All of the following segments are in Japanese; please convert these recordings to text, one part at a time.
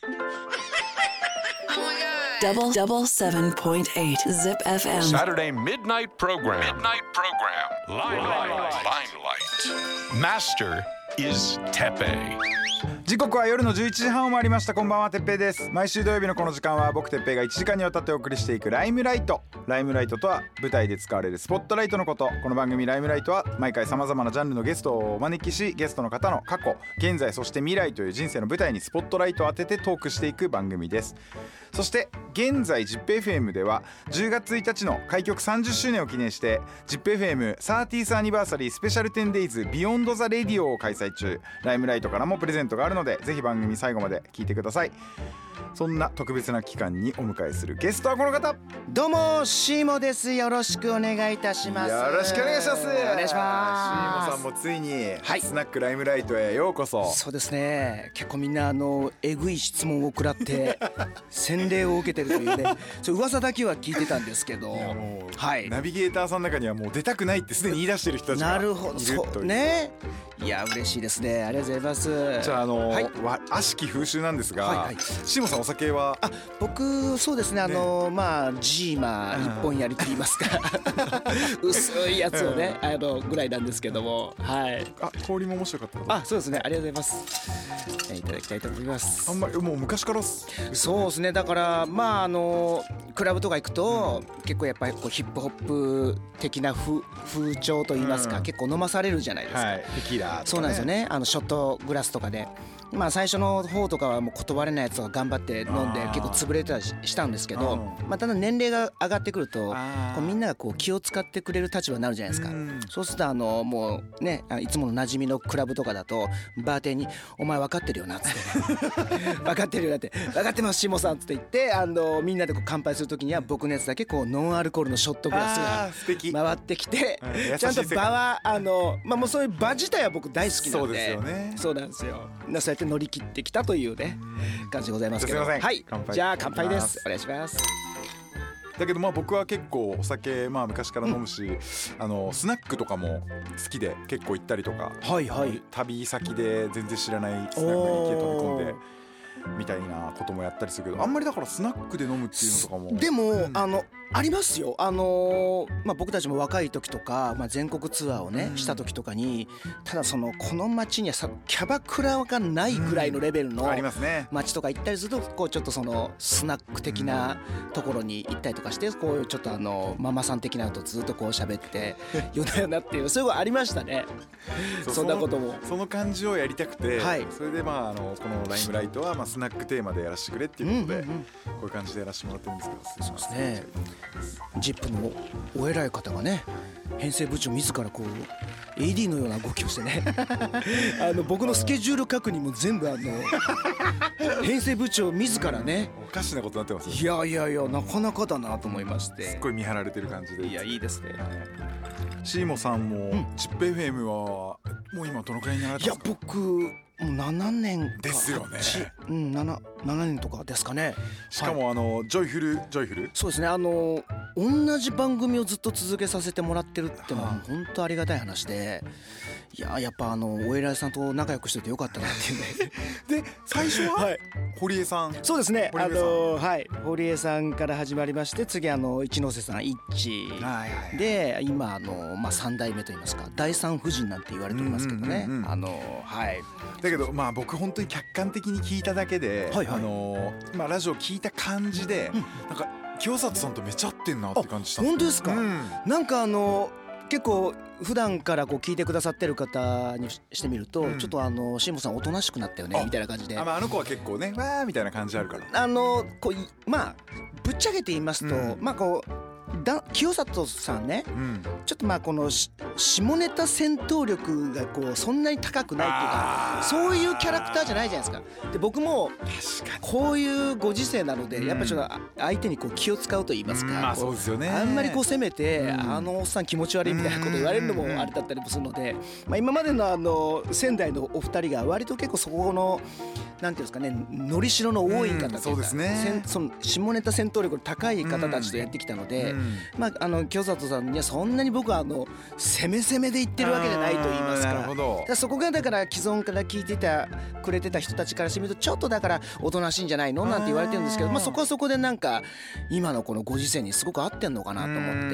Double 7.8 Zip FM Saturday midnight program. Limelight. Master is Teppei. 時刻は夜の11時半を回りました。こんばんは、てっぺいです。毎週土曜日のこの時間は僕てっぺいが1時間にわたってお送りしていくライムライト。ライムライトとは舞台で使われるスポットライトのこと。この番組ライムライトは毎回様々なジャンルのゲストをお招きし、ゲストの方の過去、現在そして未来という人生の舞台にスポットライトを当ててトークしていく番組です。そして現在 ZIPFM では10月1日の開局30周年を記念して ZIPFM30th アニバーサリースペシャル 10days Beyond the Radio を開催中。ライムライトからもプレゼントがあるのでぜひ番組最後まで聞いてください。そんな特別な期間にお迎えするゲストはこの方。 どうもシーモです。よろしくお願いいたします。 よろしくお願いします。 お願いします。 シーモさんもついに、 はい、 スナックライムライトへようこそ。 そうですね、結構みんなえぐい質問を食らって洗礼を受けてるというねそう噂だけは聞いてたんですけど、はい、 ナビゲーターさんの中にはもう出たくないってすでに言い出してる人たちがいるという。 なるほど、そうね。いや嬉しいですね、ありがとうございます。 じゃあはい、 悪しき風習なんですが、 はいはい、 シーモさんお酒は？ 僕そうですね、まあジーマ一本やりと言いますか薄いやつをね、ぐらいなんですけども、はい。 氷も面白かった。 そうですね、ありがとうございます。いただきたいと思います。 あんまりもう昔からそうですね、だからまあクラブとか行くと、結構やっぱりこうヒップホップ的な風潮と言いますか、結構飲まされるじゃないですか。 はい、テキーラとかね。 そうなんですよね、ショットグラスとかで。まあ最初の方とかはもう断れないやつが頑張って飲んで結構潰れてたりしたんですけど、まあただ年齢が上がってくるとこうみんながこう気を使ってくれる立場になるじゃないですか。そうするともうね、いつもの馴染みのクラブとかだとバーテンにお前分かってるよなっつって分かってるよなって、分かってますシモさんっつって言って、みんなでこう乾杯するときには僕のやつだけこうノンアルコールのショットグラスが回ってきて、ちゃんと場はまあもうそういう場自体は僕大好きなんで。そうですよね。そうなんですよ。そうやって乗り切ってきたというね感じでございますけど。 すいません、 はい、じゃあ乾杯です。お願いします。 だけどまあ僕は結構お酒昔から飲むし、スナックとかも好きで結構行ったりとか、はいはい、旅先で全然知らないスナックに飛び込んでみたいなこともやったりするけど、あんまりだからスナックで飲むっていうのとかもでも、ありますよ。まあ、僕たちも若い時とか、まあ、全国ツアーをね、した時とかに、ただこの街にはキャバクラがないぐらいのレベルの街とか行ったりすると、こうちょっとスナック的なところに行ったりとかして、こうちょっとママさん的なのとずっとこう喋って夜な夜なっていう、そういうのありましたね。そんなこともその感じをやりたくて、はい、それでまあこのライムライトはまあスナックテーマでやらせてくれっていうことで、こういう感じでやらせてもらってるんですけど。そうですね、ZIP のお偉い方がね、編成部長自らこう AD のような動きをしてね僕のスケジュール確認も全部編成部長自らね、 おかしなことになってますよ。いやなかなかだなと思いまして、 すっごい見張られてる感じで。 いやいいですね。 シーモさんも ZIPFM はもう今どのくらいになられてますか？ いや僕もう7年かですよね。 7年とかですかね。 しかもジョイフルそうですね、同じ番組をずっと続けさせてもらってるってのは本当ありがたい話で、いややっぱお偉いさんと仲良くしててよかったなっていうねで最初は、はい、堀江さん。 そうですね、はい、堀江さんから始まりまして、次一ノ瀬さん一致で、今まあ3代目といいますか第三夫人なんて言われておりますけどね。はい。 だけどまあ僕本当に客観的に聞いただけで、はいはい、まあラジオ聞いた感じで、なんか清里さんとめちゃ合ってんなって感じしたんです。 本当ですか？なんか結構普段からこう聞いてくださってる方にしてみると、ちょっとシーモさんおとなしくなったよねみたいな感じで、 まあ子は結構ねわーみたいな感じあるから、 こうまあぶっちゃけて言いますと、まあこう清里さんね、ちょっとまあこの下ネタ戦闘力がこうそんなに高くないっていうか、そういうキャラクターじゃないじゃないですか。で僕もこういうご時世なので、やっぱりちょっと相手にこう気を使うと言いますか、 まあそうですよね、 あんまりこう攻めて、おっさん気持ち悪いみたいなこと言われるのもあれだったりもするので、まあ今までの仙台のお二人が割と結構そこのなんていうんですかね、のりしろの多い方というか、 そうですね、 その下ネタ戦闘力の高い方たちとやってきたので、まあ清里さんにはそんなに僕は攻め攻めで言ってるわけじゃないと言いますか、 なるほど。 だからそこがだから既存から聞いてくれてた人たちからしてみるとちょっとだからおとなしいんじゃないのなんて言われてるんですけど、まあそこはそこでなんか今のこのご時世にすごく合ってんのかなと思って、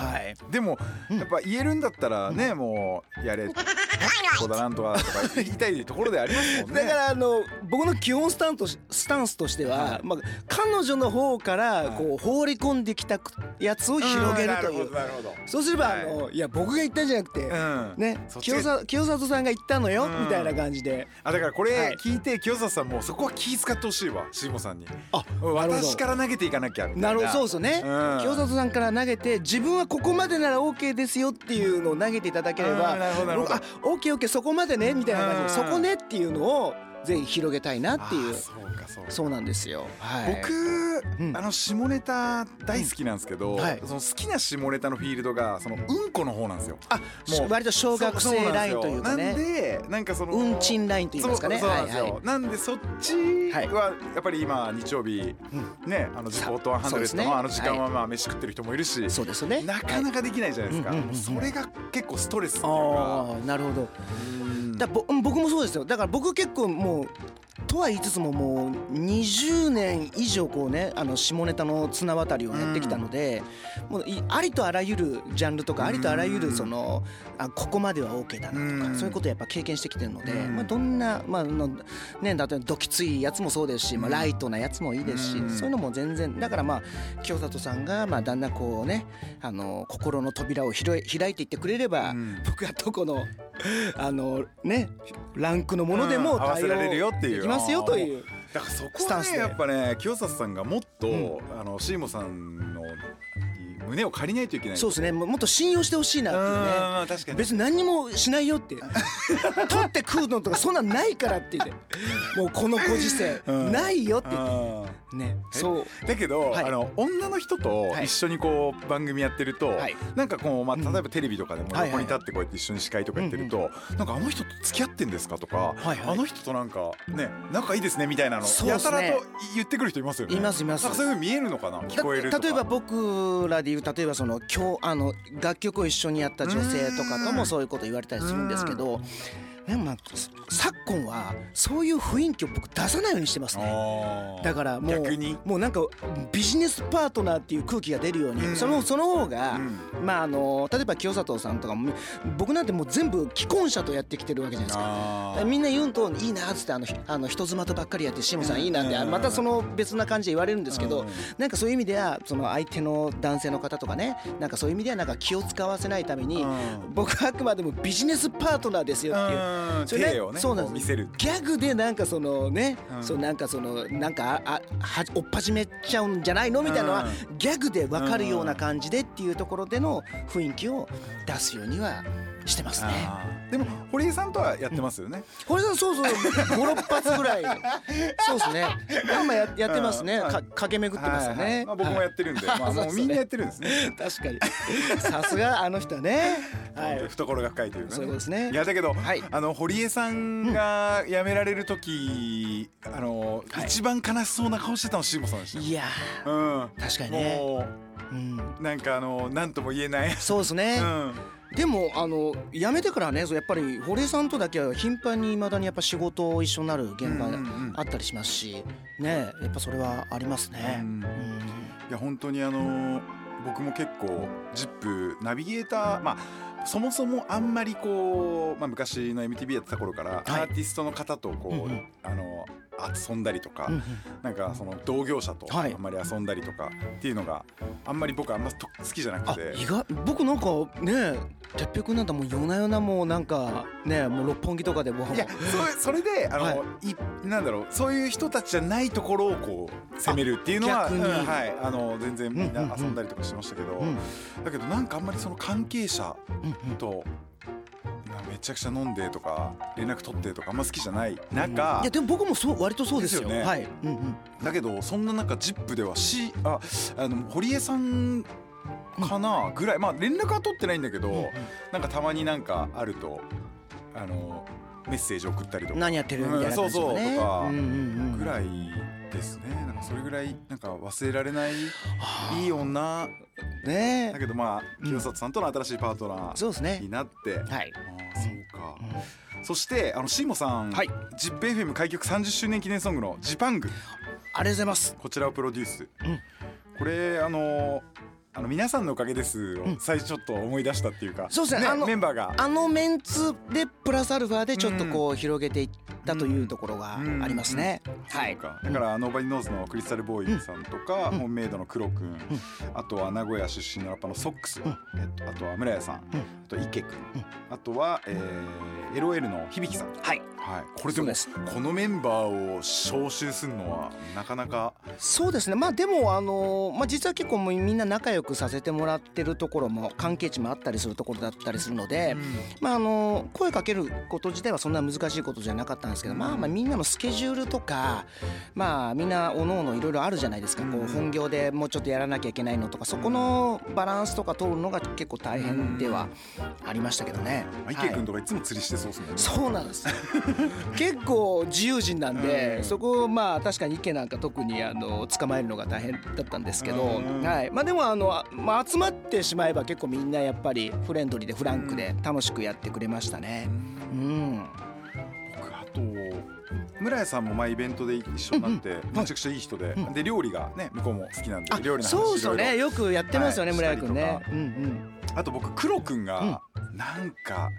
はい。 でもやっぱ言えるんだったらね、もうやれこうだなんとかとか言いたいところでありますもんね。 だから僕の基本スタンスとしては、まあ彼女の方からこう放り込んできたやつを広げるという。 なるほど。 そうすればいや僕が言ったんじゃなくてね、清里さんが言ったのよみたいな感じで。 だからこれ聞いて清里さんもそこは気遣ってほしいわ、しもさんに。私から投げていかなきゃみたいな。 なるほど、そうですよね。清里さんから投げて自分はここまでなら OK ですよっていうのを投げていただければ、OK そこまでねみたいな感じで、そこねっていうのをぜひ広げたいなっていう。そうなんですよ。 僕下ネタ大好きなんですけど、その好きな下ネタのフィールドがそのうんこの方なんですよ。 もう割と小学生ラインというかね。 なんでなんかそのうんちんラインと言いますかね。 なんでそっちはやっぱり今日曜日ね、ジポート100の時間はまあ飯食ってる人もいるし、 そうですね。 なかなかできないじゃないですか。それが結構ストレスっていうか。なるほど。僕もそうですよ。だから僕結構もうとは言いつつももう20年以上こうね下ネタの綱渡りをやってきたので、もうありとあらゆるジャンルとかありとあらゆるそのここまでは OK だなとか、そういうことをやっぱ経験してきてるので、どんなね、例えばどきついやつもそうですし、ライトなやつもいいですし、そういうのも全然だから清里さんがだんだんこうね心の扉を開いていってくれれば、僕はどこのねランクのものでも対応できますよという。 だからそこはねやっぱね清里さんがもっとシーモさんの胸を借りないといけない。 そうですね。もっと信用してほしいなっていうね。 確かに別に何もしないよって取って食うのとかそんなんないからって言ってもうこのご時世ないよって言ってね。そうだけど女の人と一緒にこう番組やってるとなんかこう例えばテレビとかでも横に立ってこうやって一緒に司会とかやってるとなんかあの人と付き合ってんですかとかあの人となんかね仲いいですねみたいなのやたらと言ってくる人いますよね。 いますいます。 そういう風に見えるのかな、聞こえるとか。 例えば僕らで言う例えばその楽曲を一緒にやった女性とかともそういうこと言われたりするんですけど、昨今はそういう雰囲気を僕出さないようにしてますね。だからもうなんかビジネスパートナーっていう空気が出るように、その方が例えば清里さんとかも僕なんてもう全部既婚者とやってきてるわけじゃないですか。みんな言うといいなっつって人妻とばっかりやってシモさんいいなってまたその別な感じで言われるんですけど、なんかそういう意味ではその相手の男性の方とかね、なんかそういう意味ではなんか気を使わせないために僕はあくまでもビジネスパートナーですよっていう。 手をね見せるギャグでなんかそのね、なんか追っ始めちゃうんじゃないのみたいなのはギャグで分かるような感じでっていうところでの雰囲気を出すようにはしてますね。 でも堀江さんとはやってますよね。 堀江さんそう5、6発ぐらいそうですね。今やってますね。駆け巡ってますよね。 僕もやってるんでもうみんなやってるんですね。 確かにさすがあの人はね、 懐が深いというかね。 そうですね。 いやだけど堀江さんが辞められる時一番悲しそうな顔してたのシーモさんでした。 いや確かにね。 なんかなんとも言えない。 そうですね。でも辞めてからね、やっぱり堀江さんとだけは頻繁に未だにやっぱ仕事を一緒になる現場あったりしますしね、やっぱそれはありますね。 いや本当に僕も結構ZIPナビゲーターそもそもあんまりこう昔の MTV やってた頃からアーティストの方とこう遊んだりとかなんかその同業者とあんまり遊んだりとかっていうのがあんまり僕はあんま好きじゃなくて。 僕なんかね哲平君なんかもう夜な夜なもうなんかねもう六本木とかでもいやそれでなんだろう、そういう人たちじゃないところをこう攻めるっていうのは全然みんな遊んだりとかしましたけど、だけどなんかあんまりその関係者とめちゃくちゃ飲んでとか連絡取ってとかあんま好きじゃない中、 いやでも僕も割とそうですよね。 だけどそんな中ZIPでは堀江さんかなぐらい連絡は取ってないんだけどなんかたまになんかあるとメッセージ送ったりとか何やってるみたいな感じとかね、 そうそうとかぐらいですね。なんかそれぐらいなんか忘れられないいい女ね。 だけどまあ清里さんとの新しいパートナそうですねーになって、 はい、 ああそうか、そしてシーモさん、 はい、 ZIPFM 開局30周年記念ソングのジパング、 ありがとうございます。 こちらをプロデュース、これ皆さんのおかげですを最初ちょっと思い出したっていうか、 そうですね、 メンバーがメンツでプラスアルファでちょっとこう広げていったというところがありますね。はい。 だからノーバディノーズのクリスタルボーイさんとか、ホームメイドのクロくん、あとは名古屋出身のラッパーのソックス、あとは村屋さん、あと池くん、あとはLOL の響さん。 はい。 はい。これでもこのメンバーを招集するのはなかなか。 そうですね。まあでも実は結構みんな仲良くさせてもらってるところも関係値もあったりするところだったりするので、声かけること自体はそんな難しいことじゃなかったんですけど、まあみんなのスケジュールとか、まあみんなおのおのいろいろあるじゃないですか。こう本業でもうちょっとやらなきゃいけないのとか、そこのバランスとか取るのが結構大変ではありましたけどね。 池くんとかいつも釣りしてそうですもんね。 そうなんです。結構自由人なんで、そこまあ確かに池なんか特に捕まえるのが大変だったんですけど、はい。まあでも集まってしまえば結構みんなやっぱりフレンドリーでフランクで楽しくやってくれましたね。 僕あと村屋さんもイベントで一緒になってめちゃくちゃいい人で、で料理がね向こうも好きなんで料理の話そうそうね、よくやってますよね、村屋くんね。 あと僕黒くんがなんか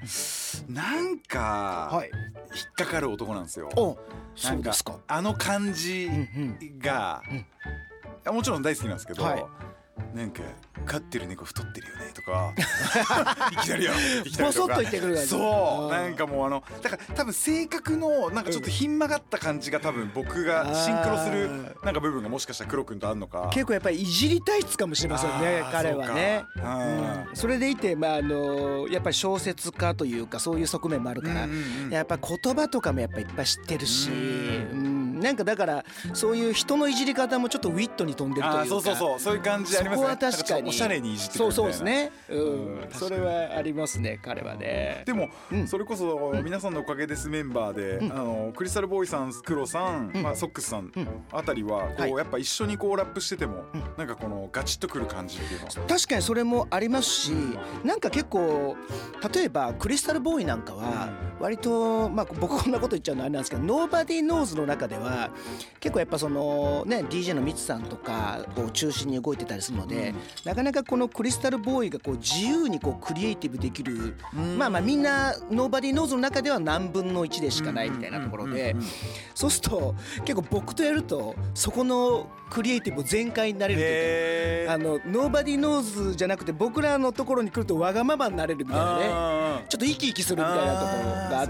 引っかかる男なんですよ。 そうですか。 感じがもちろん大好きなんですけど、なんか飼ってる猫太ってるよねとかいきなりやってきたりとか、 ボソッと言ってくる感じ。 そうなんかもうだから多分性格のなんかちょっとひん曲がった感じが多分僕がシンクロするなんか部分がもしかしたら黒くんとあるのか。 結構やっぱりいじり体質かもしれませんね、彼はね。それでいてやっぱり小説家というかそういう側面もあるから、やっぱ言葉とかもやっぱいっぱい知ってるし、なんかだからそういう人のいじり方もちょっとウィットに飛んでるというか、 そういう感じありますね。 そこは確かにおしゃれにいじってくるみたいな。 そうですね。それはありますね、彼はね。 でもそれこそ皆さんのおかげですメンバーでクリスタルボーイさん、黒さん、ソックスさんあたりはこうやっぱ一緒にこうラップしててもなんかこのガチッとくる感じっていうのは確かにそれもありますし、なんか結構例えばクリスタルボーイなんかは割と僕こんなこと言っちゃうのあれなんですけど、ノーバディノーズの中では結構やっぱそのね DJ のミツさんとかを中心に動いてたりするので、なかなかこのクリスタルボーイがこう自由にこうクリエイティブできる、みんなノーバディノーズの中では何分の1でしかないみたいなところで、そうすると結構僕とやるとそこのクリエイティブ全開になれるというか、ノーバディノーズじゃなくて僕らのところに来るとわがままになれるみたいなね、ちょっと生き生きするみたいなところがあって、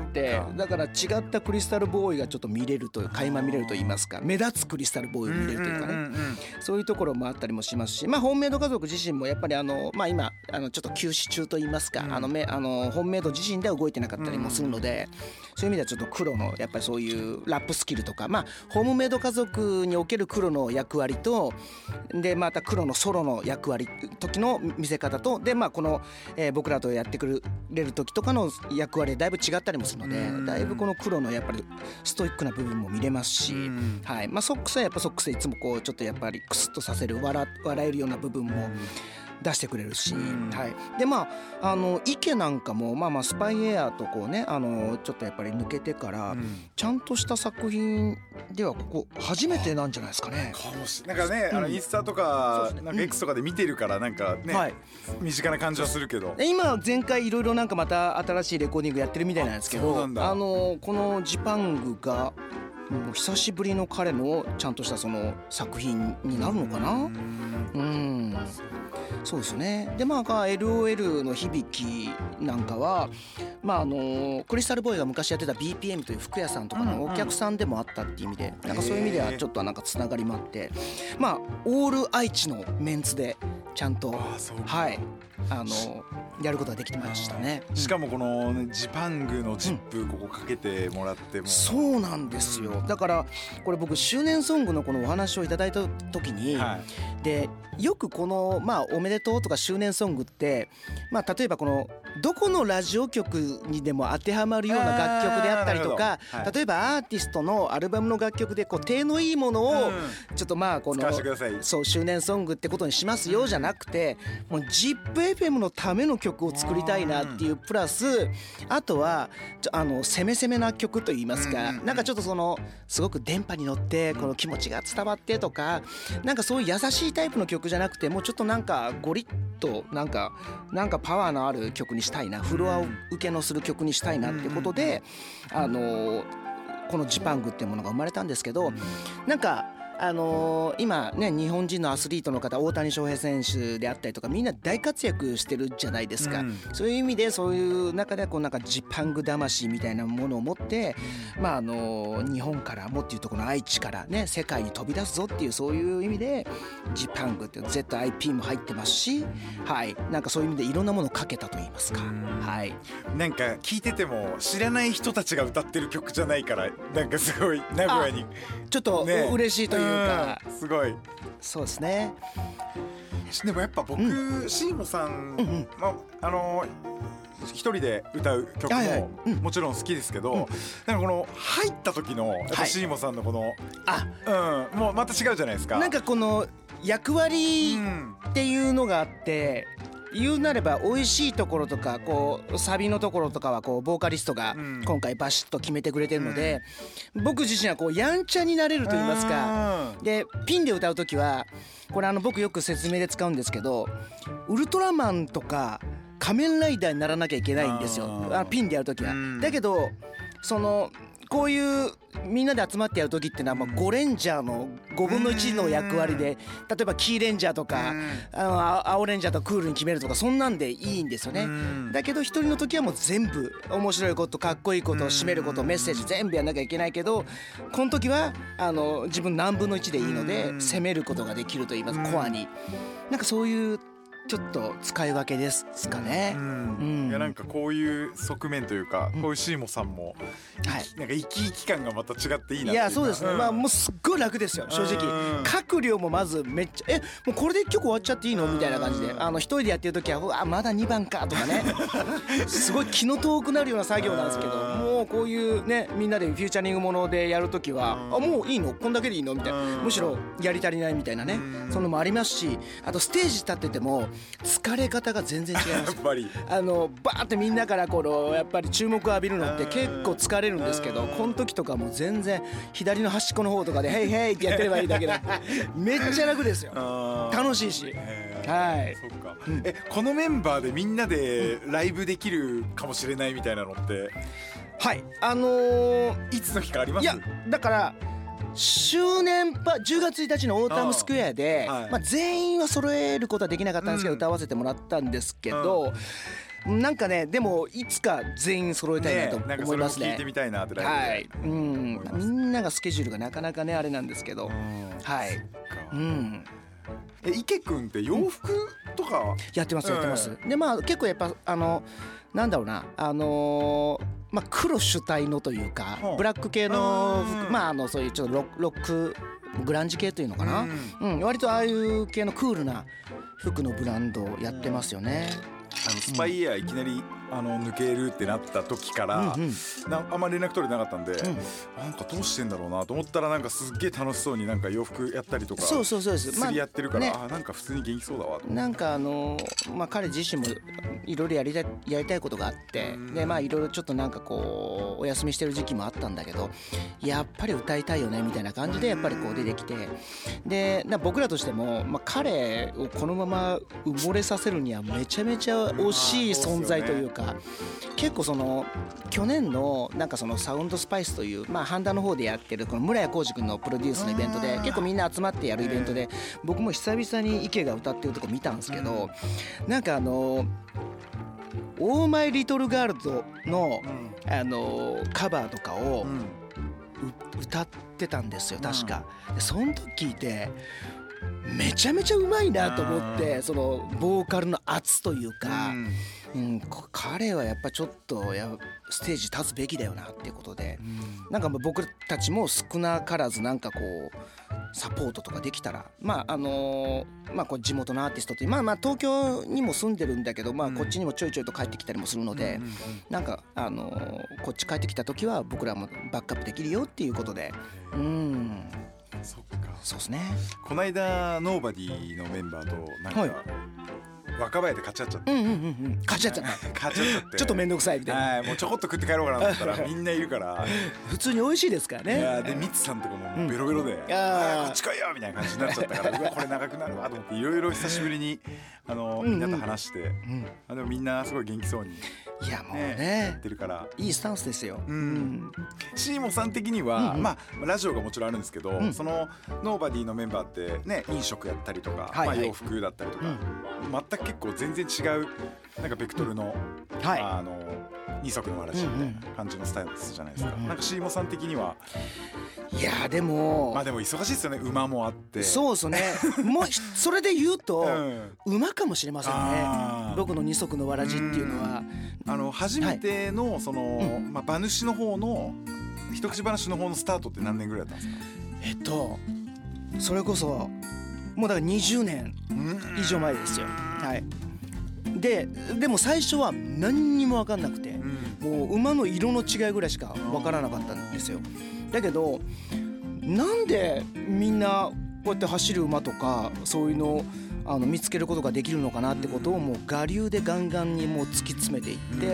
だから違ったクリスタルボーイがちょっと見れるという垣間見れると言いますか、目立つクリスタルボーイを見れるというかね、そういうところもあったりもしますし、ホームメイド家族自身もやっぱり今ちょっと休止中と言いますか、ホームメイド自身では動いてなかったりもするので、そういう意味ではちょっと黒のやっぱりそういうラップスキルとか、ホームメイド家族における黒の役割とでまた黒のソロの役割時の見せ方とでこの、僕らとやってくれる時とかの役割だいぶ違ったりもするので、だいぶこの黒のやっぱりストイックな部分も見れますし、ソックスはやっぱソックスでいつもこうちょっとやっぱりクスッとさせる笑えるような部分も出してくれるし、で池なんかもスパイエアーとこうねちょっとやっぱり抜けてからちゃんとした作品ではここ初めてなんじゃないですかね。 なんかねインスタとかなんか X とかで見てるからなんかね身近な感じはするけど、 今前回いろいろなんかまた新しいレコーディングやってるみたいなんですけど、このジパングがもう久しぶりの彼のちゃんとしたその作品になるのかな。そうですね。でLOL の響きなんかはクリスタルボーイが昔やってた BPM という服屋さんとかのお客さんでもあったっていう意味で、なんかそういう意味ではちょっとなんかつながりもあって、オール愛知のメンツでちゃんとやることができてましたね。 しかもこのジパングのチップここかけてもらっても、 そうなんですよ。だからこれ僕周年ソングのこのお話をいただいた時に、でよくこのおめでとうとか周年ソングって例えばこのどこのラジオ局にでも当てはまるような楽曲であったりとか、例えばアーティストのアルバムの楽曲でこう手のいいものをちょっとまあこのそう周年ソングってことにしますよじゃなくて、もう ZIPFM のための曲を作りたいなっていうプラス、あとは攻め攻めな曲といいますか、なんかちょっとそのすごく電波に乗ってこの気持ちが伝わってとか、なんかそういう優しいタイプの曲じゃなくて、もうちょっとなんかゴリッとなんかパワーのある曲にしたいな、フロア受けのする曲にしたいなってことで、このジパングっていうものが生まれたんですけど、なんか今ね日本人のアスリートの方、大谷翔平選手であったりとかみんな大活躍してるじゃないですか、そういう意味でそういう中でこうなんかジパング魂みたいなものを持って、まあ日本からもっていうところの愛知からね世界に飛び出すぞっていう、そういう意味でジパングっていう ZIP も入ってますし、はい、なんかそういう意味でいろんなものをかけたと言いますか、はい、 なんか聞いてても知らない人たちが歌ってる曲じゃないから、なんかすごい名古屋にちょっと嬉しいというか、 すごいそうですね。 でもやっぱ僕、シーモさん、一人で歌う曲ももちろん好きですけど、なんかこの入った時のやっぱシーモさんのこの、もうまた違うじゃないですか。 なんかこの役割っていうのがあって、言うなれば美味しいところとかこうサビのところとかはこうボーカリストが今回バシッと決めてくれてるので、僕自身はこうやんちゃになれると言いますか、でピンで歌う時はこれ僕よく説明で使うんですけど、ウルトラマンとか仮面ライダーにならなきゃいけないんですよ、ピンでやる時は。だけどそのこういうみんなで集まってやる時ってのはゴレンジャーの5分の1の役割で、例えばキーレンジャーとか青レンジャーとクールに決めるとか、そんなんでいいんですよね。だけど一人の時はもう全部面白いこと、かっこいいこと、締めること、メッセージ全部やんなきゃいけないけど、この時は自分何分の1でいいので攻めることができると言います、コアに。なんかそういうちょっと使い分けですかね。 いやなんかこういう側面というか、こういうシーモさんも、なんか生き生き感がまた違っていいなっていうか。 いやそうですね、もうすっごい楽ですよ正直。書く量もまずめっちゃもうこれで1曲終わっちゃっていいのみたいな感じで、一人でやってる時はまだ2番かとかねすごい気の遠くなるような作業なんですけど、もうこういうねみんなでフューチャリングものでやる時はもういいのこんだけでいいのみたいな、むしろやり足りないみたいなね、そんなのもありますし、あとステージ立ってても疲れ方が全然違います。 やっぱりバーってみんなからこのやっぱり注目を浴びるのって結構疲れるんですけど、この時とかも全然左の端っこの方とかでヘイヘイってやってればいいだけでめっちゃ楽ですよ。楽しいし、はい。 そっか。このメンバーでみんなでライブできるかもしれないみたいなのって、 はい、 いつの日かあります？ いやだから10月1日のオータムスクエアで、全員は揃えることはできなかったんですけど、歌わせてもらったんですけど、なんかねでもいつか全員揃えたいなと思いますね。 聞いてみたいなってライブで、 みんながスケジュールがなかなかねあれなんですけど、はい。 池くんって洋服とかやってます。で結構やっぱなんだろうな黒主体のというかブラック系の服、そういうちょっとロックグランジ系というのかな、割とああいう系のクールな服のブランドをやってますよね。 スパイエアいきなり抜けるってなった時から、あんまり連絡取れなかったんで、なんかどうしてんだろうなと思ったら、なんかすっげえ楽しそうになんか洋服やったりとかそうです釣りやってるから、なんか普通に元気そうだわと。 なんか彼自身もいろいろやりたいことがあって、でいろいろちょっとなんかこうお休みしてる時期もあったんだけど、やっぱり歌いたいよねみたいな感じでやっぱりこう出てきて、で僕らとしても、彼をこのまま埋もれさせるにはめちゃめちゃ惜しい存在というか、結構その去年のなんかそのサウンドスパイスという半田の方でやってるこの村谷浩司君のプロデュースのイベントで、結構みんな集まってやるイベントで、僕も久々に池が歌ってるとこ見たんですけど、なんかオーマイリトルガールズのカバーとかを歌ってたんですよ確か。でその時聞いてめちゃめちゃうまいなと思って、そのボーカルの圧というか、彼はやっぱちょっとステージ立つべきだよなっていうことで、なんか僕たちも少なからずなんかこうサポートとかできたらこう地元のアーティストって東京にも住んでるんだけどこっちにもちょいちょいと帰ってきたりもするので、なんかこっち帰ってきた時は僕らもバックアップできるよっていうことで、 そっか。 そうですね。 この間ノーバディのメンバーとなんか、若林で勝ち合っちゃって、 勝ち合っちゃった勝ち合っちゃってちょっと面倒くさいみたいな、 もうちょこっと食って帰ろうかなと思ったらみんないるから普通に美味しいですからね。 でミツさんとかもベロベロで、こっち来いよみたいな感じになっちゃったからうわこれ長くなるわと思っていろいろ久しぶりにみんなと話して、でもみんなすごい元気そうにいやもうやねってるからいいスタンスですよ。 シーモさん的には、ラジオがもちろんあるんですけど、そのノーバディのメンバーってね飲食やったりとか、洋服だったりとか、全く結構全然違うなんかベクトルの、二足のわらじみたいな感じのスタイルじゃないですか。なんかシーモさん的にはいやでもでも忙しいですよね。馬もあって。 そうですねもうそれで言うと、馬かもしれませんね。僕の二足のわらじっていうのは初めてのその、馬主の方の一口話の方のスタートって何年ぐらいだったんですか？ それこそもうだから20年以上前ですよ。でも最初は何にも分かんなくて、もう馬の色の違いぐらいしか分からなかったんですよ。だけどなんでみんなこうやって走る馬とかそういうのを見つけることができるのかなってことをもう我流でガンガンにもう突き詰めていって、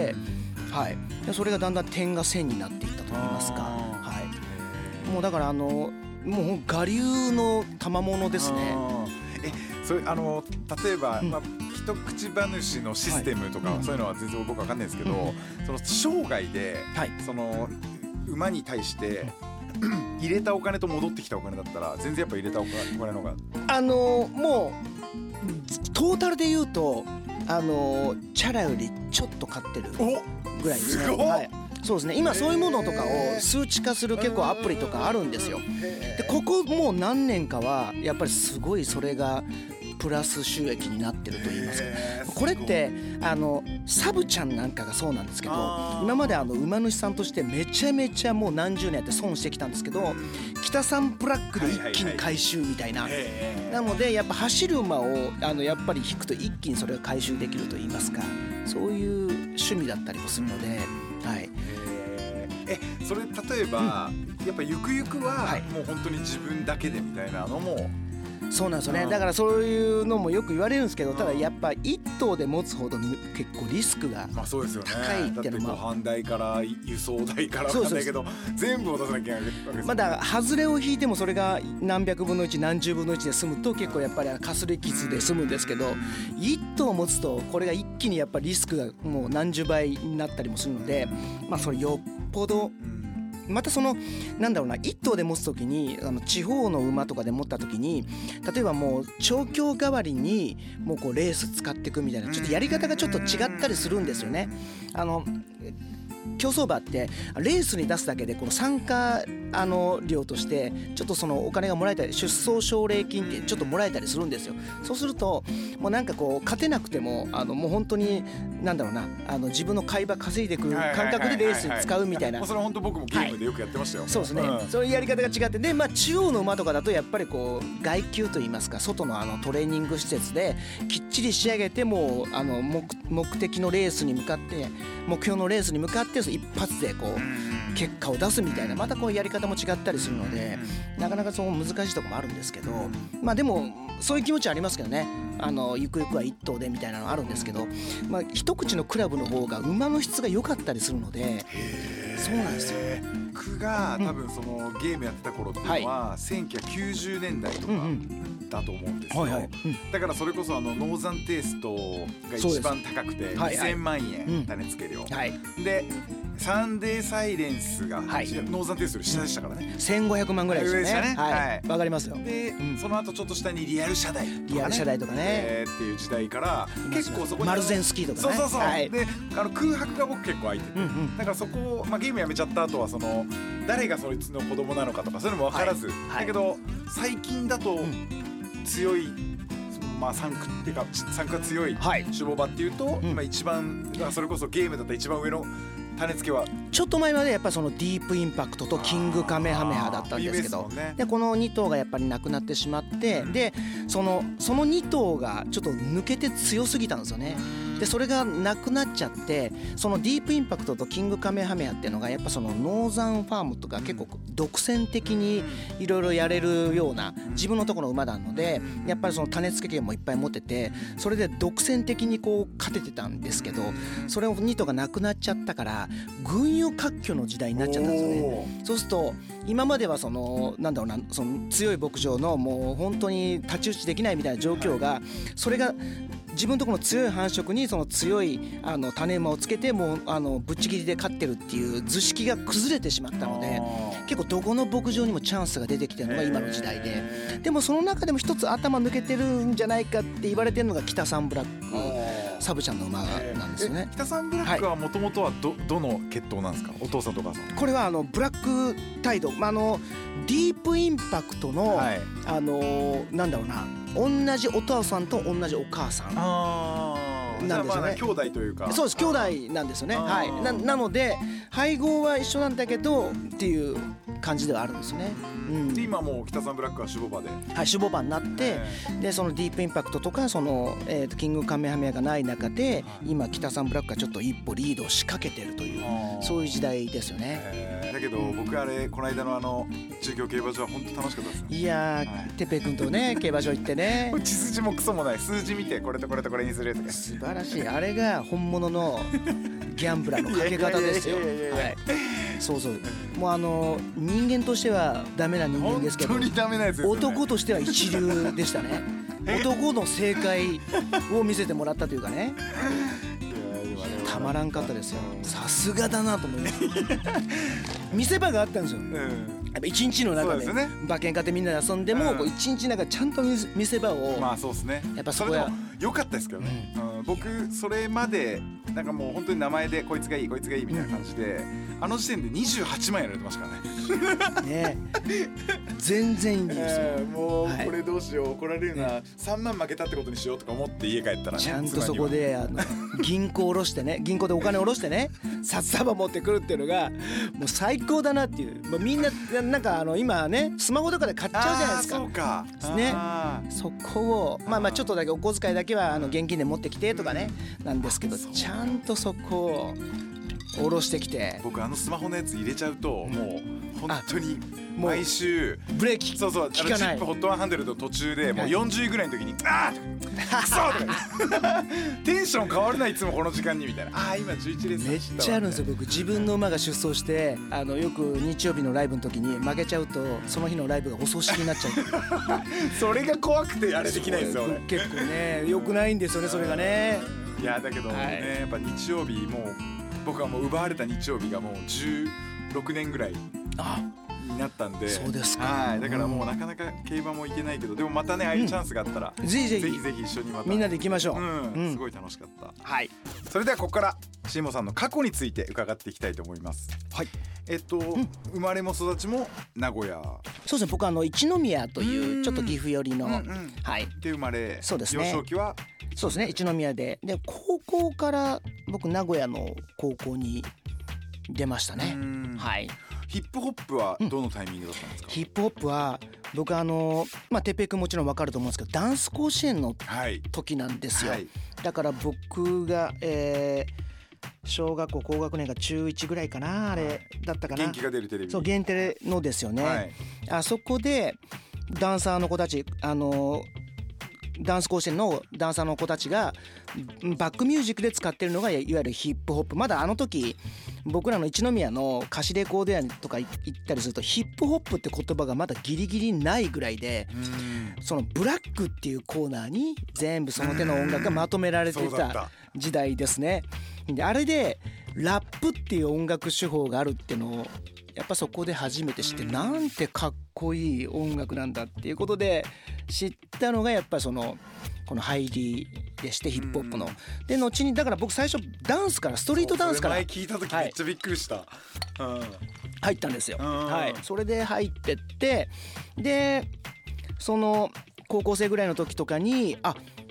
それがだんだん点が線になっていったといいますか、もうだからもう我流の賜物ですね。 それ例えば、一口話のシステムとか、そういうのは全然僕わかんないですけど、その生涯で、その馬に対して入れたお金と戻ってきたお金だったら全然やっぱ入れたお金の方がもうトータルで言うとチャラよりちょっと買ってるぐらいですね。そうですね。今そういうものとかを数値化する結構アプリとかあるんですよ。でここもう何年かはやっぱりすごいそれがプラス収益になってると言いますか、これってサブちゃんなんかがそうなんですけど、今まで馬主さんとしてめちゃめちゃもう何十年やって損してきたんですけど、北三ブラックで一気に回収みたいな、なのでやっぱ走る馬をやっぱり引くと一気にそれが回収できると言いますか、そういう趣味だったりもするので、 それ例えば、やっぱゆくゆくはもう本当に自分だけでみたいなのもそうなんですよね。だからそういうのもよく言われるんですけど、ただやっぱ一頭で持つほど結構リスクが高いっていうのも、 だってご飯代から輸送代から分かんないけど全部を出さなきゃいけないわけですよね。 だから外れを引いてもそれが何百分の1何十分の1で済むと結構やっぱりかすり傷で済むんですけど、一頭持つとこれが一気にやっぱりリスクがもう何十倍になったりもするので、それよっぽどまたそのなんだろうな、一頭で持つときに地方の馬とかで持ったときに、例えばもう調教代わりにもうこうレース使っていくみたいな、ちょっとやり方がちょっと違ったりするんですよね。競走馬ってレースに出すだけでこの参加料としてちょっとそのお金がもらえたり、出走奨励金ってちょっともらえたりするんですよ。そうするともうなんかこう勝てなくてももう本当になんだろうな、自分の買い場稼いでいく感覚でレースに使うみたいな。 それ本当僕もゲームでよくやってましたよ。 そうですね、そういうやり方が違って、で中央の馬とかだとやっぱりこう外厩といいますか、外のトレーニング施設できっちり仕上げて、もう目的のレースに向かって、目標のレースに向かって一発でこう結果を出すみたいな、またこうやり方も違ったりするので、なかなかその難しいところもあるんですけど、でもそういう気持ちはありますけどね。ゆくゆくは一頭でみたいなのあるんですけど、一口のクラブの方が馬の質が良かったりするので。そうなんですよ。 僕が多分そのゲームやってた頃っていうのは1990年代とかだと思うんですよ。だからそれこそノーザンテイストが一番高くて2000万円種付け料で、サンデーサイレンスがノーザンテイストより下でしたからね。 1500万ぐらいですよね。わかりますよ。 でその後ちょっと下にリアル車台とかねっていう時代から結構そこにマルゼンスキーとかね。 そうで空白が僕結構空いてて、だからそこをゲームやめちゃった後はその誰がそいつの子供なのかとかそういうのも分からず、だけど最近だと強い産区っていうか産区が強い種牡馬っていうと、今一番それこそゲームだったら一番上の種付けはちょっと前までやっぱりそのディープインパクトとキングカメハメハだったんですけど、 ね、 でこの2頭がやっぱりなくなってしまって、でその2頭がちょっと抜けて強すぎたんですよね。でそれがなくなっちゃって、そのディープインパクトとキングカメハメハっていうのがやっぱそのノーザンファームとか結構独占的にいろいろやれるような自分のところの馬なので、やっぱりその種付け権もいっぱい持ってて、それで独占的にこう勝ててたんですけど、それを2頭がなくなっちゃったから群雄割拠の時代になっちゃったんですよね。そうすると今まではそのなんだろうな、その強い牧場のもう本当に太刀打ちできないみたいな状況が、それが自分のところの強い繁殖にその強い種馬をつけてもうぶっちぎりで勝ってるっていう図式が崩れてしまったので、結構どこの牧場にもチャンスが出てきてるのが今の時代で、でもその中でも一つ頭抜けてるんじゃないかって言われてるのが北サンブラックサブちゃんの馬なんですよね。 北サンブラックはもともとはどの血統なんですか、お父さんとお母さん。 これはブラックタイド、ディープインパクトの、 はい、 なんだろうな、同じお父さんと同じお母さんなんですよね。 兄弟というか。 そうです、兄弟なんですよね。はい、なので配合は一緒なんだけどっていう感じではあるんですね。 で今もう北サンブラックは種牡馬で、 はい、種牡馬になって、でそのディープインパクトとかその、キングカメハメハがない中で、今北サンブラックがちょっと一歩リードを仕掛けてるという、そういう時代ですよね。 だけど僕あれこの間の中京競馬場は本当楽しかったです。 いやー、てっぺい君とね競馬場行ってね血筋もクソもない数字見て、これとこれとこれにするとか、 素晴らしい。あれが本物のギャンブラーのかけ方ですよ。そうそう、もう人間としてはダメな人間ですけど、 本当にダメなやつですよね。 男としては一流でしたね。男の正解を見せてもらったというかね、たまらんかったですよ。さすがだなと思います。見せ場があったんですよ。やっぱ一日の中で馬券買ってみんなで遊んでも、一日の中でちゃんと見せ場を、 まあそうですね。 やっぱそこは良かったですけどね。僕それまでなんかもう本当に名前でこいつがいいこいつがいいみたいな感じで、あの時点で28万やられてましたからね。 ね、全然いいんですよ。 もうこれどうしよう、怒られるな、3万負けたってことにしようとか思って家帰ったらね、 ちゃんとそこで銀行下ろしてね、銀行でお金下ろしてね、札束持ってくるっていうのがもう最高だなっていう。みんななんか今ねスマホとかで買っちゃうじゃないですか。 そうかね、そこをまあちょっとだけお小遣いだけは現金で持ってきてとかねなんですけど、ちゃんとそこを下ろしてきて、 僕スマホのやつ入れちゃうともう本当に毎週ブレーキそうそう効かない。 チップホットワンハンドルの途中でもう40位ぐらいの時に「あークソ!」とかテンション変わるないつもこの時間にみたいな。今11レースめっちゃあるんですよ。僕自分の馬が出走してよく日曜日のライブの時に負けちゃうと、その日のライブがお葬式になっちゃう。 それが怖くてあれできないですよね。 結構ね良くないんですよね、それがね。 いやだけどね、やっぱ日曜日もう僕はもう奪われた日曜日がもう16年ぐらいになったんで。 そうですか。 はい、だからもうなかなか競馬も行けないけど、でもまたねああいうチャンスがあったら、 ぜひぜひ一緒にまたみんなで行きましょう。 すごい楽しかった。 はい。 それではここからシーモさんの過去について伺っていきたいと思います。 はい。 生まれも育ちも名古屋。 そうですね。僕一宮というちょっと岐阜寄りの、はい。 で生まれ。 そうですね。 幼少期は。 そうですね。一宮で高校から僕名古屋の高校に出ましたね。はい。 ヒップホップはどのタイミングだったんですか？ ヒップホップは僕てっぺいくんもちろん分かると思うんですけど、ダンス甲子園の時なんですよ。だから僕が小学校高学年が中1ぐらいかな、あれだったかな。 元気が出るテレビ。そう、 元テレのですよね。あそこでダンサーの子たちダンス甲子園のダンサーの子たちがバックミュージックで使ってるのがいわゆるヒップホップ。まだ時僕らの一宮の貸しレコード屋とか行ったりすると、ヒップホップって言葉がまだギリギリないぐらいで、そのブラックっていうコーナーに全部その手の音楽がまとめられてた時代ですね。であれでラップっていう音楽手法があるっていうのをやっぱそこで初めて知って、なんてかっこいい音楽なんだっていうことで知ったのがやっぱこの入りでして、ヒップホップの。で後にだから僕最初ダンスからストリートダンスから前聞いた時めっちゃびっくりした。 入ったんですよ。はい。それで入ってって、でその高校生ぐらいの時とかに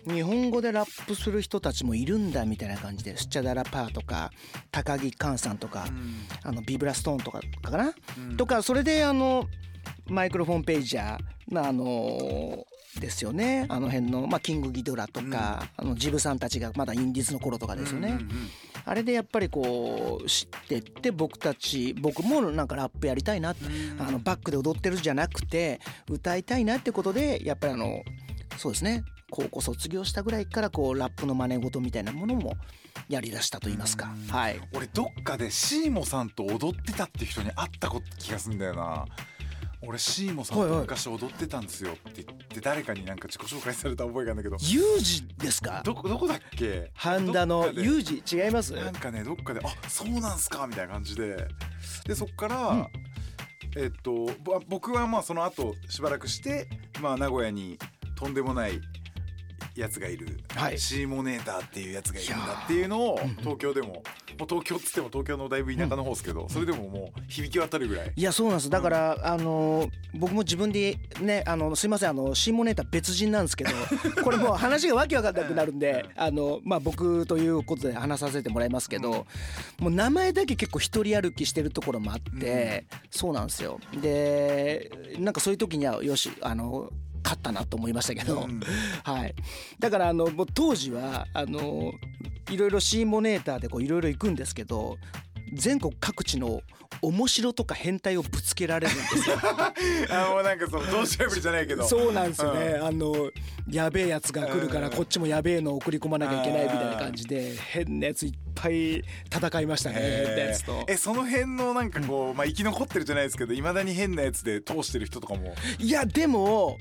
日本語でラップする人たちもいるんだみたいな感じで、スチャダラパーとか高木寛さんとか、ビブラストーンとかかな、とか、それでマイクロフォンページャーですよね、あの辺の、キングギドラとか、ジブさんたちがまだインディーズの頃とかですよね、あれでやっぱりこう知ってって、僕もなんかラップやりたいな、バックで踊ってるじゃなくて歌いたいなってことで、やっぱりそうですね、高校卒業したぐらいからこうラップの真似事みたいなものもやりだしたと言いますか、はい。 俺どっかでシーモさんと踊ってたって人に会った気がするんだよな。俺シーモさんと昔踊ってたんですよって言って誰かになんか自己紹介された覚えがあるんだけど、 ユージですか？ どこだっけ？ 半田のユージ違います？ なんかね、どっかでそうなんすかみたいな感じで、そっから、僕はその後しばらくして名古屋にとんでもないやつがいる、シーモネーターっていうやつがいるんだっていうのを東京でも、東京っつっても東京のだいぶ田舎の方ですけど、それでももう響き渡るぐらい。いやそうなんです。だから、僕も自分でね、すいません、シーモネーター別人なんですけどこれもう話がわけわかんなくなるんで僕ということで話させてもらいますけど、もう名前だけ結構一人歩きしてるところもあって、そうなんですよ。でなんかそういう時にはよし勝ったなと思いましたけど、はい。だからもう当時はいろいろシーモネーターでいろいろ行くんですけど、全国各地の面白とか変態をぶつけられるんですよもうなんかどうしようぶりじゃないけど、 そうなんですよね、やべえやつが来るからこっちもやべえのを送り込まなきゃいけないみたいな感じで、変なやついっぱい戦いましたね、変なやつと。 その辺のなんか生き残ってるじゃないですけど、いまだに変なやつで通してる人とかも。 いやでも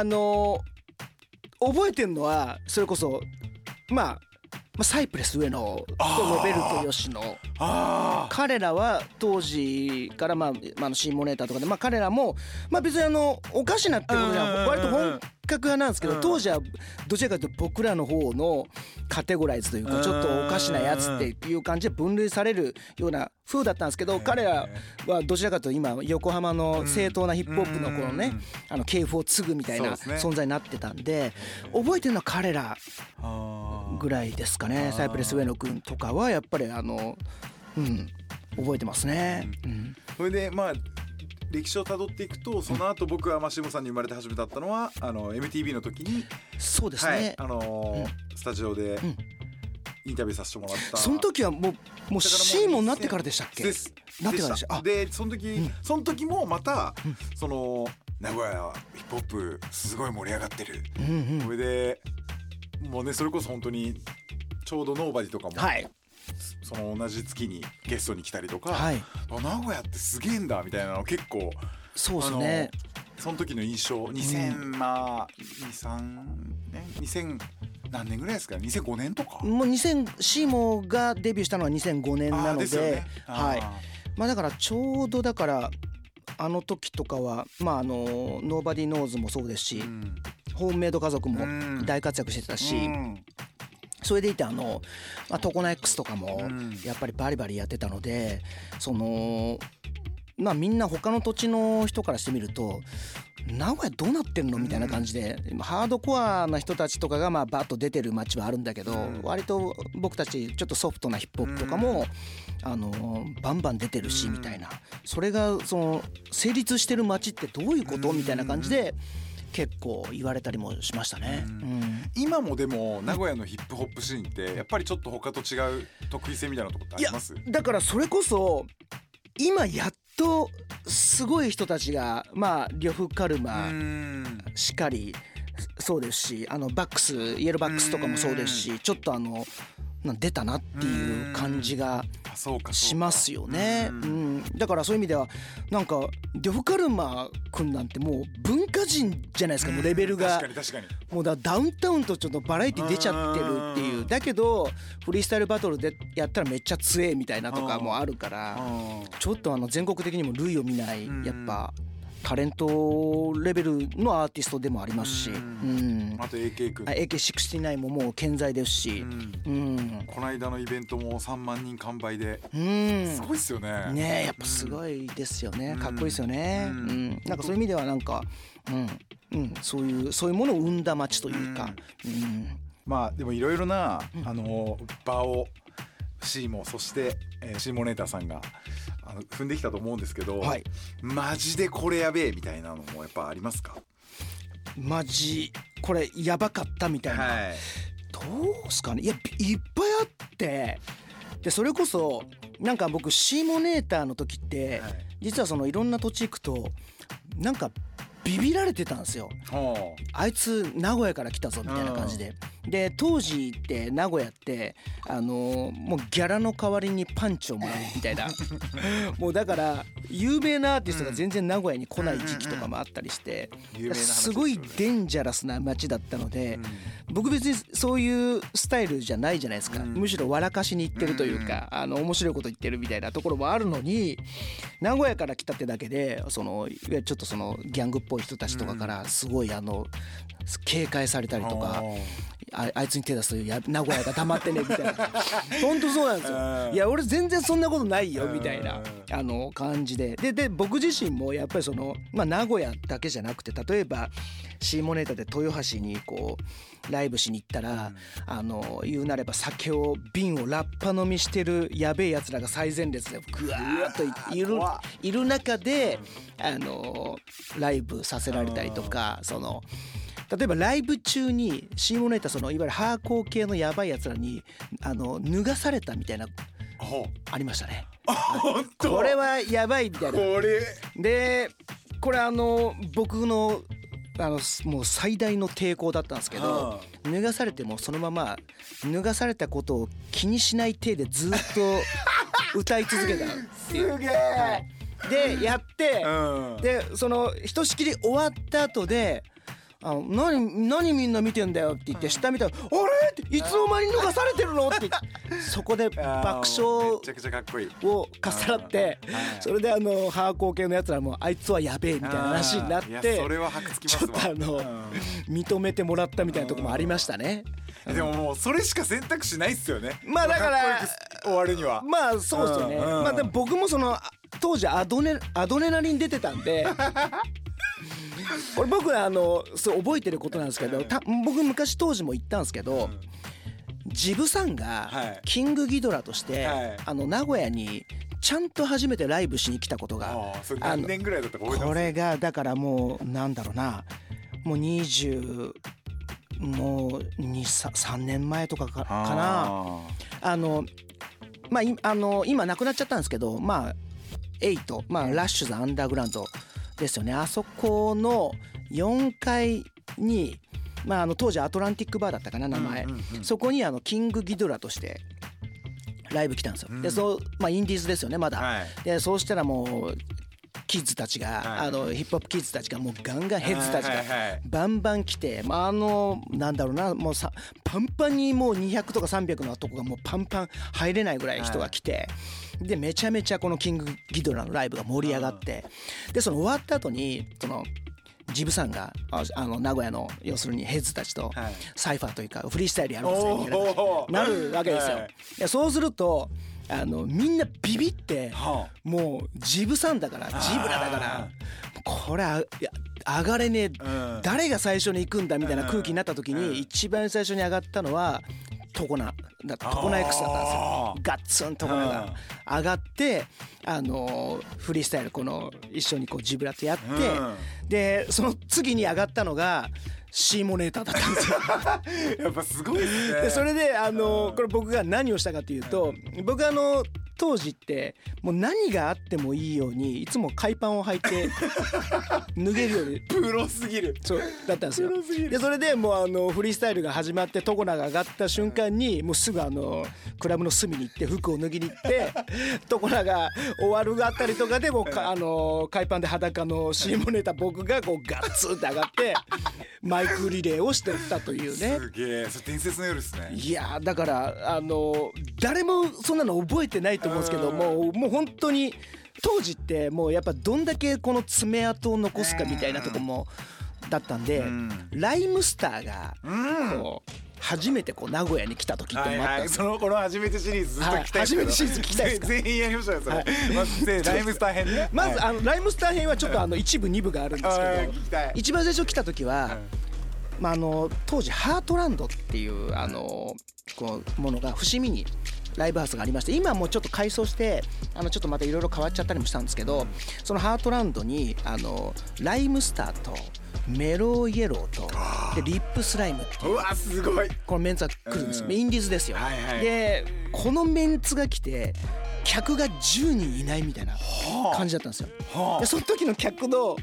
覚えてんのはそれこそサイプレス上野とロベルト吉野、彼らは当時からシーモネーターとかで彼らも別におかしなってことじゃ割と本格派なんですけど、当時はどちらかというと僕らの方のカテゴライズというか、ちょっとおかしなやつっていう感じで分類されるような風だったんですけど、彼らはどちらかというと今横浜の正当なヒップホップのこのね系譜を継ぐみたいな存在になってたんで、覚えてるのは彼らぐらいですかね。サイプレス上野くんとかはやっぱり覚えてますね。 それで歴史をたどっていくと、その後僕はシーモさんに生まれて初めて会ったのはMTV の時に、 そうですね、 スタジオでインタビューさせてもらった。その時はもうシーモになってからでしたっけ？なってからでした。 でその時もまた名古屋ヒップホップすごい盛り上がってる、それでもうね、それこそ本当にちょうどノーバディとかも、その同じ月にゲストに来たりとか、名古屋ってすげえんだみたいなの結構、 そうですね、 その時の印象2000何年ぐらいですか、2005年とか、 もうシーモがデビューしたのは2005年なので、だからちょうどあの時とかはノーバディノーズもそうですし、ホームメイド家族も大活躍してたし、それでいてトコナ X とかもやっぱりバリバリやってたので、みんな他の土地の人からしてみると名古屋どうなってんのみたいな感じで、ハードコアな人たちとかがバッと出てる街はあるんだけど、割と僕たちちょっとソフトなヒップホップとかもバンバン出てるしみたいな、それが成立してる街ってどういうことみたいな感じで結構言われたりもしましたね。 今もでも名古屋のヒップホップシーンってやっぱりちょっと他と違う得意性みたいなとこってあります？ だからそれこそ今やっとすごい人たちが呂布カルマしかりそうですし、バックスイエローバックスとかもそうですし、ちょっと出たなっていう感じがしますよね。だからそういう意味ではなんか呂布カルマくんなんてもう文化人じゃないですか、もうレベルが。 確かにもうダウンタウンとちょっとバラエティ出ちゃってるっていう、だけどフリースタイルバトルでやったらめっちゃ強えみたいなとかもあるから、ちょっと全国的にも類を見ないやっぱタレントレベルのアーティストでもありますし、 あと AK 君 AK69 ももう健在ですし、 この間のイベントも3万人完売で、すごいっすよね。 ねえ、やっぱすごいですよね、かっこいいですよね。なんかそういう意味ではなんか、そういうものを生んだ街というか、 まあでもいろいろな、場をシーモそして、シーモネーターさんが踏んできたと思うんですけど、はい、マジでこれやべえみたいなのもやっぱありますか？ マジこれやばかったみたいな、はい、どうすかね。いやいっぱいあって、でそれこそなんか僕シーモネーターの時って、はい、実はそのいろんな土地行くとなんかビビられてたんですよ。あいつ名古屋から来たぞみたいな感じで。で当時って名古屋ってもうギャラの代わりにパンチをもらうみたいなもうだから有名なアーティストが全然名古屋に来ない時期とかもあったりして、すごいデンジャラスな街だったので、僕別にそういうスタイルじゃないじゃないですか。むしろ笑かしに行ってるというか、面白いこと言ってるみたいなところもあるのに、名古屋から来たってだけでそのいわゆるちょっとそのギャングっぽい人たちとかからすごい警戒されたりとか、あいつに手出すと名古屋が黙ってねみたいな本当そうなんですよ。いや俺全然そんなことないよみたいな感じで、僕自身もやっぱりその、名古屋だけじゃなくて、例えばシーモネータで豊橋にこうライブしに行ったら、言うなれば酒を瓶をラッパ飲みしてるやべえやつらが最前列でぐわーっといる中でライブさせられたりとか、その例えばライブ中にシーモネータそのいわゆるハーコー系のやばいやつらに脱がされたみたいなありましたね。これはやばいみたいな。でこれ僕のもう最大の抵抗だったんですけど、脱がされてもそのまま脱がされたことを気にしない体でずっと歌い続けたっていう。すげえ。でやって、でそのひとしきり終わった後で何みんな見てんだよって言って下見たら、あれっていつの間に脱がされてるのってそこで爆笑をかっさらって、それでハーコー系のやつらもあいつはやべえみたいな話になって、 それは箔つきますわ。 ちょっと認めてもらったみたいなとこもありましたね。 でももうそれしか選択肢ないっすよね。 だから終わるにはそうですよね。でも僕もその当時アドレナリン出てたんでこれ僕そう覚えてることなんですけど、僕昔当時も言ったんですけど、ジブさんがキングギドラとして名古屋にちゃんと初めてライブしに来たことが、 何年ぐらいだったか覚えてます？ これがだからもうなんだろうな、もう23年前とかかな。今なくなっちゃったんですけど、8、ラッシュズアンダーグラウンドですよね。あそこの4階に、当時アトランティックバーだったかな名前、そこにキングギドラとしてライブ来たんですよ。でインディーズですよねまだ、でそうしたらもうキッズたちが、ヒップホップキッズたちがもうガンガンヘッズたちがバンバン来て、なんだろうな、もうパンパンにもう200とか300のとこがもうパンパン入れないぐらい人が来て、でめちゃめちゃこのキングギドラのライブが盛り上がって、でその終わった後にそのジブさんが名古屋の要するにヘッズたちとサイファーというかフリースタイルやるんですよなるわけですよ。いやそうするとみんなビビって、もうジブさんだからジブラだからこれ上がれねえ、誰が最初に行くんだみたいな空気になった時に一番最初に上がったのはトコナ X だったんですよ。ガッツントコナが上がってフリースタイル一緒にジブラとやって、でその次に上がったのがシーモネーターだったんですよやっぱすごいですね。 でそれでこれ僕が何をしたかというと、僕当時ってもう何があってもいいようにいつも海パンを履いて脱げるようにプロすぎるそうだったんですよ。でそれでもうフリースタイルが始まってトコナが上がった瞬間にもうすぐクラブの隅に行って服を脱ぎに行ってトコナが終わるあたりとかでも海パンで裸のシーモネーター僕がガッツンって上がってマイクリレーをしてったというね。 すげえ、それ伝説の夜ですね。 いやだから誰もそんなの覚えてないと思うんですけど、もう本当に当時ってもうやっぱどんだけこの爪痕を残すかみたいなとこもだったんで、ライムスターが初めて名古屋に来た時ってもあったんです。 その頃初めてシリーズずっと聞きたい。 初めてシリーズ聞きたいですか？ 全員やりましょうよそれ。まずライムスター編ね。 まずライムスター編はちょっと1部2部があるんですけど、一番最初来た時は当時ハートランドっていうこうものが伏見にライブハウスがありまして、今もうちょっと改装してちょっとまたいろいろ変わっちゃったりもしたんですけど、そのハートランドにライムスターとメローイエローとでリップスライムっていう、 うわすごい、 このメンツが来るんです、インディーズですよ、でこのメンツが来て客が10人いないみたいな感じだったんですよ。でその時の客の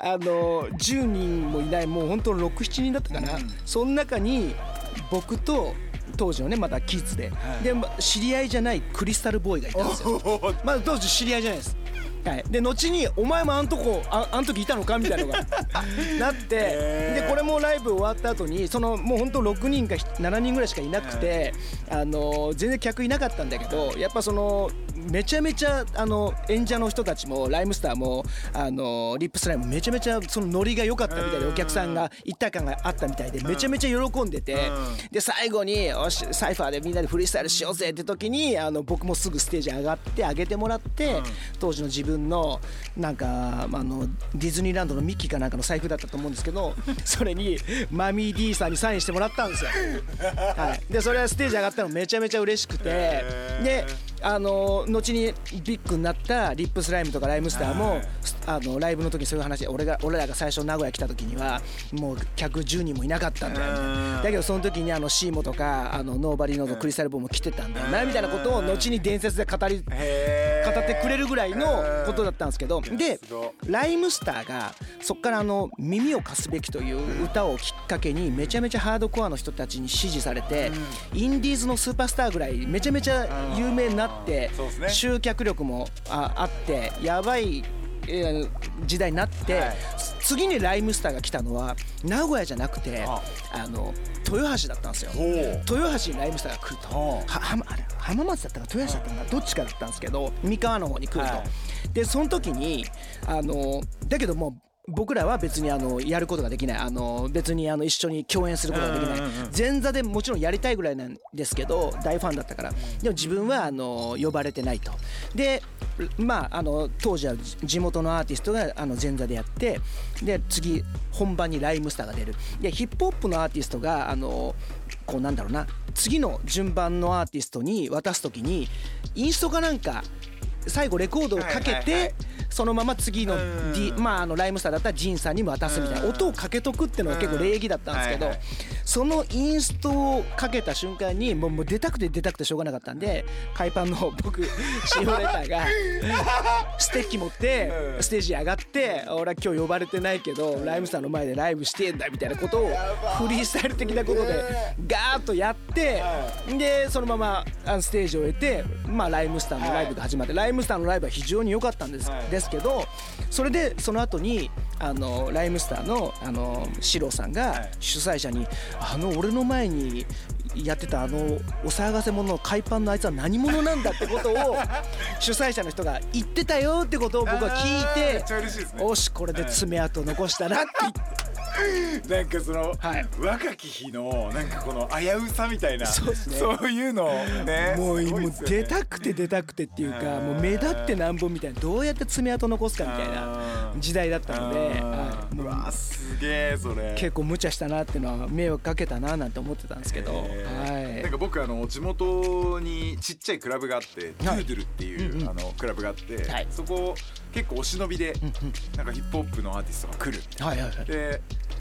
10人もいない、もう本当 6,7 人だったかな、その中に僕と当時のねまだキッズで、で知り合いじゃないクリスタルボーイがいたんですよ。まだ当時知り合いじゃないです。はい、で後にお前もあの時いたのかみたいなのがなって、でこれもライブ終わった後にもうほんと6人か7人ぐらいしかいなくて、全然客いなかったんだけど、やっぱめちゃめちゃ演者の人たちもライムスターもリップスライムもめちゃめちゃそのノリが良かったみたいで、お客さんが一体感があったみたいでめちゃめちゃ喜んでて、で最後によしサイファーでみんなでフリースタイルしようぜって時に僕もすぐステージ上がって上げてもらって、当時の自分のなんかディズニーランドのミッキーかなんかの財布だったと思うんですけど、それにマミー D さんにサインしてもらったんですよ。はい、でそれはステージ上がったのめちゃめちゃ嬉しくて、で後にビッグになったリップスライムとかライムスターもライブの時にそういう話、俺らが最初名古屋来た時にはもう客10人もいなかったんだよみたいな、だけどその時にシーモとかノーバリーノードクリスタルボーも来てたんだよなみたいなことを後に伝説で語ってくれるぐらいのことだったんですけど、でライムスターがそっから耳を貸すべきという歌をきっかけにめちゃめちゃハードコアの人たちに支持されて、インディーズのスーパースターぐらいめちゃめちゃ有名になって集客力もあってやばい時代になって、次にライムスターが来たのは名古屋じゃなくて豊橋だったんですよ。豊橋にライムスターが来ると浜松だったか豊橋だったかどっちかだったんですけど、三河の方に来ると、でその時にだけどもう僕らは別にやることができない、別に一緒に共演することができない、前座でもちろんやりたいぐらいなんですけど大ファンだったから、でも自分は呼ばれてないと。で当時は地元のアーティストが前座でやって、で次本番にライムスターが出る。でヒップホップのアーティストがこうなんだろうな、次の順番のアーティストに渡す時にインストかなんか最後レコードをかけてそのまま次のライムスターだったらジンさんにも渡すみたいな音をかけとくっていうのが結構礼儀だったんですけど、そのインストをかけた瞬間にもう出たくてしょうがなかったんで、海パンの僕シオレターがステッキ持ってステージに上がって、俺は今日呼ばれてないけどライムスターの前でライブしてんだみたいなことをフリースタイル的なことでガーッとやって、でそのままステージを終えてライムスターのライブが始まって、ライムスターのライブは非常に良かったんですけど、それでその後にライムスターのシロさんが主催者に俺の前にやってたお騒がせ者の海パンのあいつは何者なんだってことを主催者の人が言ってたよってことを僕は聞いて、よしこれで爪痕残したなって言って。 なんか若き日のなんかこの危うさみたいな、そういうのね、もう出たくてっていうか、もう目立ってなんぼみたいな、どうやって爪痕残すかみたいな時代だったので、 うわすげえそれ結構無茶したなっていうのは迷惑かけたななんて思ってたんですけど、 なんか僕地元にちっちゃいクラブがあってドゥードゥルっていうクラブがあって、そこ結構お忍びでなんかヒップホップのアーティストが来る。で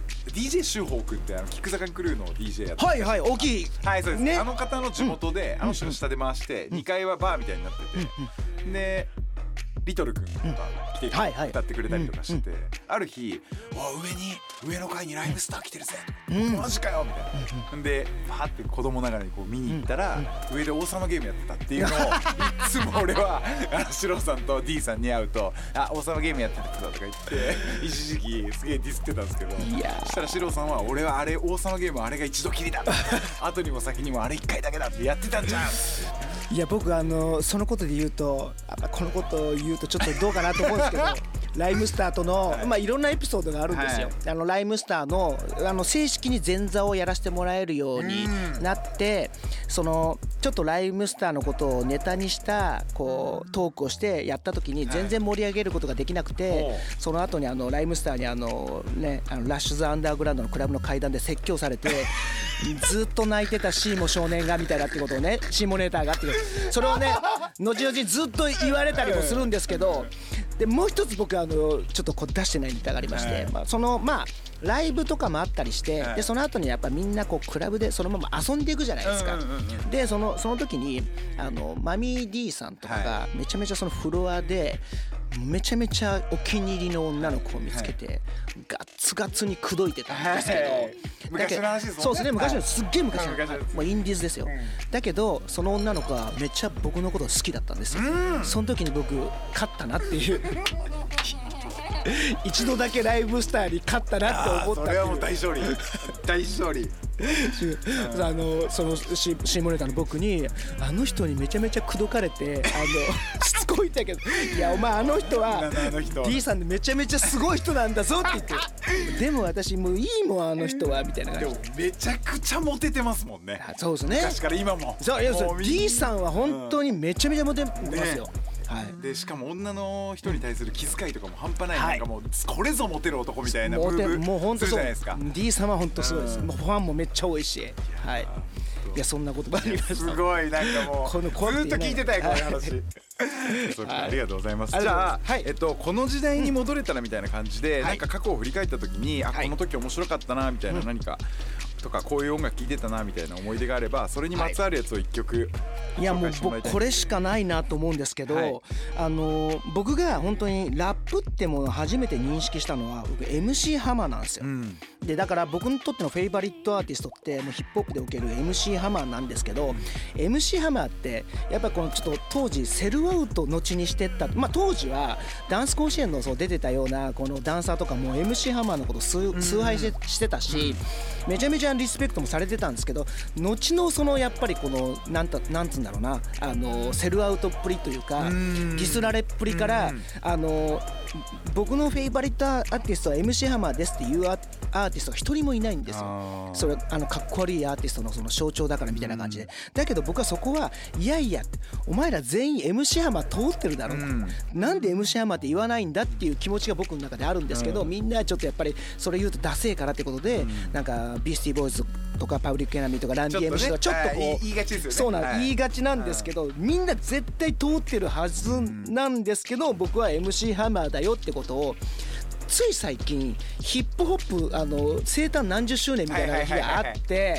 DJ シュウホウ君ってキックザカンクルーの DJ やって大きいそうですね、方の地元で人の下で回して2階はバーみたいになってて、でリトル君とか来て歌ってくれたりとかして、ある日上の階にライブスター来てるぜ、マジかよみたいなでパーって子供ながらにこう見に行ったら、上で王様ゲームやってたっていうのをいつも俺はシロさんと D さんに会うと王様ゲームやってたとか言って一時期すげえディスってたんですけど、そしたらシロさんは俺は王様ゲームあれが一度きりだ後にも先にもあれ1回だけだってやってたんじゃん。 いや僕そのことで言うとこのことを言うとちょっとどうかなと思うんですけどライムスターとのいろんなエピソードがあるんですよ。ライムスターの正式に前座をやらせてもらえるようになって、そのちょっとライムスターのことをネタにしたこうトークをしてやった時に全然盛り上げることができなくて、その後にライムスターにラッシュズアンダーグラウンドのクラブの階段で説教されてずっと泣いてたシーモ少年がみたいなってことをね、シーモネーターがっていうそれをね後々ずっと言われたりもするんですけど、でもう一つ僕ちょっとこう出してないネタがありまして、ライブとかもあったりして、でその後にやっぱみんなこうクラブでそのまま遊んでいくじゃないですか。でその時にマミー D さんとかがめちゃめちゃそのフロアでめちゃめちゃお気に入りの女の子を見つけてガッツガツに口説いてたんですけど、 昔の話ですもんね。 そうですね、昔のすっげえ昔のもうインディーズですよ。だけどその女の子はめっちゃ僕のこと好きだったんですよ。その時に僕勝ったなっていう一度だけライブスターに勝ったなって思ったっていう。 それはもう大勝利大勝利そのシーモネタの僕にあの人にめちゃめちゃ口説かれてしつこいんだけど、いやお前あの人は D さんでめちゃめちゃすごい人なんだぞって言ってでも私もういいもんあの人はみたいな感じで。 でもめちゃくちゃモテてますもんね。 そうですね、 昔から今も。 そういやそう D さんは本当にめちゃめちゃモテますよ。はい、 でしかも女の人に対する気遣いとかも半端ない、なんかもうこれぞモテる男みたいなムーブするじゃないですか。 D さんは本当すごいです。もうファンもめっちゃ多いし、はい、いやそんな言葉ありました。 すごいなんかもうずっと聞いてたよこの話そうか、ありがとうございます。じゃあ、この時代に戻れたらみたいな感じで、なんか過去を振り返った時にこの時面白かったなみたいな何かとかこういう音楽聴いてたなみたいな思い出があればそれにまつわるやつを一曲いやもう僕これしかないなと思うんですけど、僕が本当にラップってものを初めて認識したのは僕 MC ハマーなんですよ。でだから僕にとってのフェイバリットアーティストってもうヒップホップでおける MC ハマーなんですけど、MC ハマーってやっぱこのちょっと当時セルアウト後にしてった、当時はダンス甲子園のそう出てたようなこのダンサーとかも MC ハマーのこと崇拝してたし、めちゃめちゃリスペクトもされてたんですけど、後のそのやっぱりこのなんつうんだろうなセルアウトっぷりというかディスられっぷりから僕のフェイバリットアーティストは MC ハマーですっていうアーティストが一人もいないんですよ。それかっこ悪いアーティストのその象徴だからみたいな感じで。だけど僕はそこはいやいやお前ら全員 MC ハマー通ってるだろうと、なんで MC ハマーって言わないんだっていう気持ちが僕の中であるんですけど、みんなちょっとやっぱりそれ言うとダセえからってことで、なんかビースティーボーイズとかパブリックエナミーとかランディ MC とかちょっとこう言いがちですよね。 そうなん言いがちなんですけど、みんな絶対通ってるはずなんですけど、僕は MC ハマーだよってことをつい最近ヒップホップ生誕何十周年みたいな日があって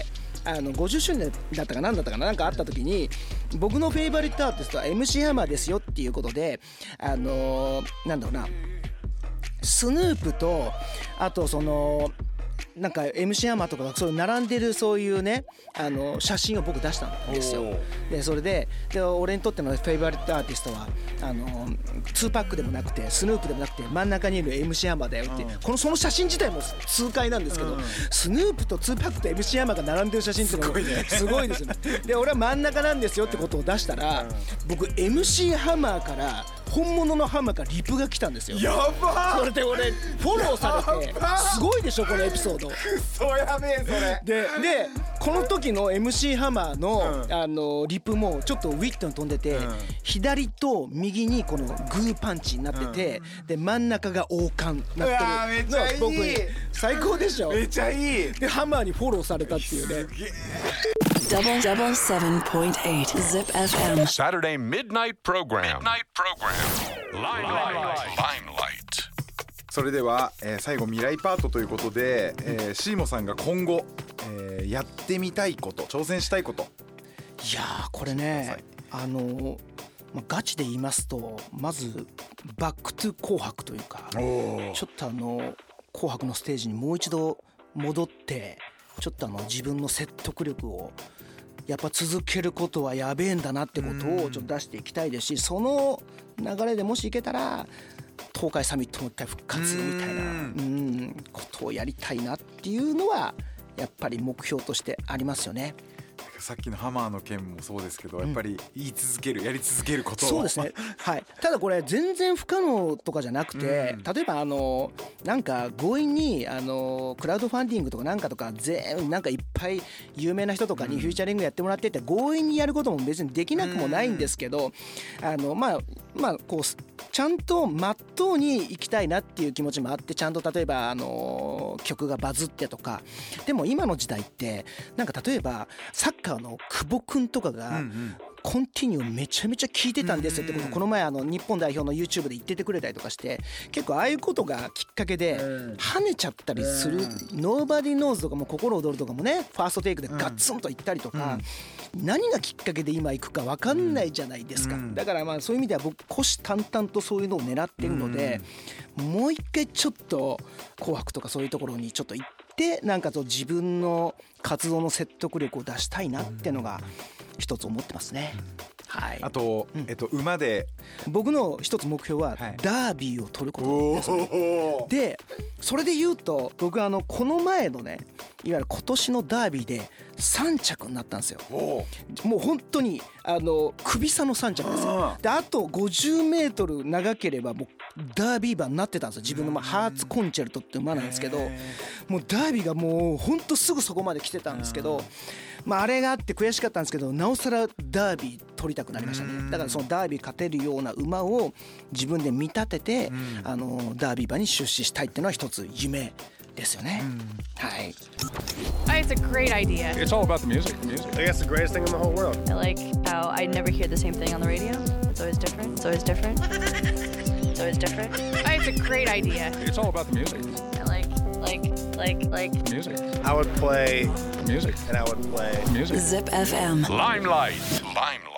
50周年だったか何だったかな、なんかあった時に僕のフェイバリットアーティストは MC ハマーですよっていうことでなんだろうなスヌープとあとそのなんか MC ハマーとかがそう並んでるそういうね写真を僕出したんですよ。でそれで俺にとってのフェイバリットアーティストは2パックでもなくてスヌープでもなくて真ん中にいる MC ハマーだよってその写真自体も痛快なんですけど、スヌープと2パックと MC ハマーが並んでる写真っていうのがすごいですよね。で俺は真ん中なんですよってことを出したら僕 MC ハマーから本物のハマーからリプが来たんですよ。 やばー。 それで俺フォローされてすごいでしょこのエピソード。 そやべえそれでこの時の MC ハマーの、リプもちょっとウィットに飛んでて、左と右にこのグーパンチになってて、で真ん中が王冠になってる。 めっちゃいい。 僕最高でしょ。 めっちゃいい。 でハマーにフォローされたっていうね。 Double 7.8 Zip FM Saturday midnight program. Limelight. それでは、最後未来パートということで、シーモさんが今後、やってみたいこと挑戦したいこと。 いやーこれねガチで言いますとまずバックトゥ紅白というかちょっと紅白のステージにもう一度戻ってちょっと自分の説得力をやっぱ続けることはやべえんだなってことをちょっと出していきたいですし、その流れでもしいけたら東海サミットもう一回復活みたいなことをやりたいなっていうのはやっぱり目標としてありますよね。 さっきのハマーの件もそうですけど、やっぱり言い続ける、やり続けることを。 そうですね、はい、ただこれ全然不可能とかじゃなくて、例えばなんか強引にクラウドファンディングとかなんか全部なんかいっぱい有名な人とかにフューチャリングやってもらってて、強引にやることも別にできなくもないんですけど、まあこうちゃんと真っ当に行きたいなっていう気持ちもあって、ちゃんと例えば曲がバズってとか。でも今の時代ってなんか例えばサッカーの久保くんとかがコンティニューめちゃめちゃ聞いてたんですよってことをこの前日本代表の YouTube で言っててくれたりとかして、結構ああいうことがきっかけで跳ねちゃったりする。Nobody Knows とかも心躍るとかもね、ファーストテイクでガッツンといったりとか、何がきっかけで今行くか分かんないじゃないですか。だからまあそういう意味では僕虎視眈々とそういうのを狙ってるので、もう一回ちょっと紅白とかそういうところにちょっと行ってなんかと自分の活動の説得力を出したいなっていうのが一つ思ってますね。はい、 あと、馬で僕の一つ目標はダービーを取ることです。でそれで言うと僕この前のね、いわゆる今年のダービーで3着になったんですよ。もう本当に首差の3着ですよ。であと50メートル長ければもうダービー馬になってたんですよ。自分のハーツコンチェルトって馬なんですけど、もうダービーがもう本当すぐそこまで来てたんですけど、あれがあって悔しかったんですけど、なおさらダービー取りたくなりましたね。だからそのダービー勝てるような馬を自分で見立てて、ダービー馬に出資したいっていうのは一つ夢ですよね。はい。 It's a great idea. It's all about the music. I guess the greatest thing in the whole world. I like how I never hear the same thing on the radio. It's always different. It's always different. It's always different. It's a great idea. It's all about the music. I like Music. I would play Music. and I would play Music. Zip FM. Limelight.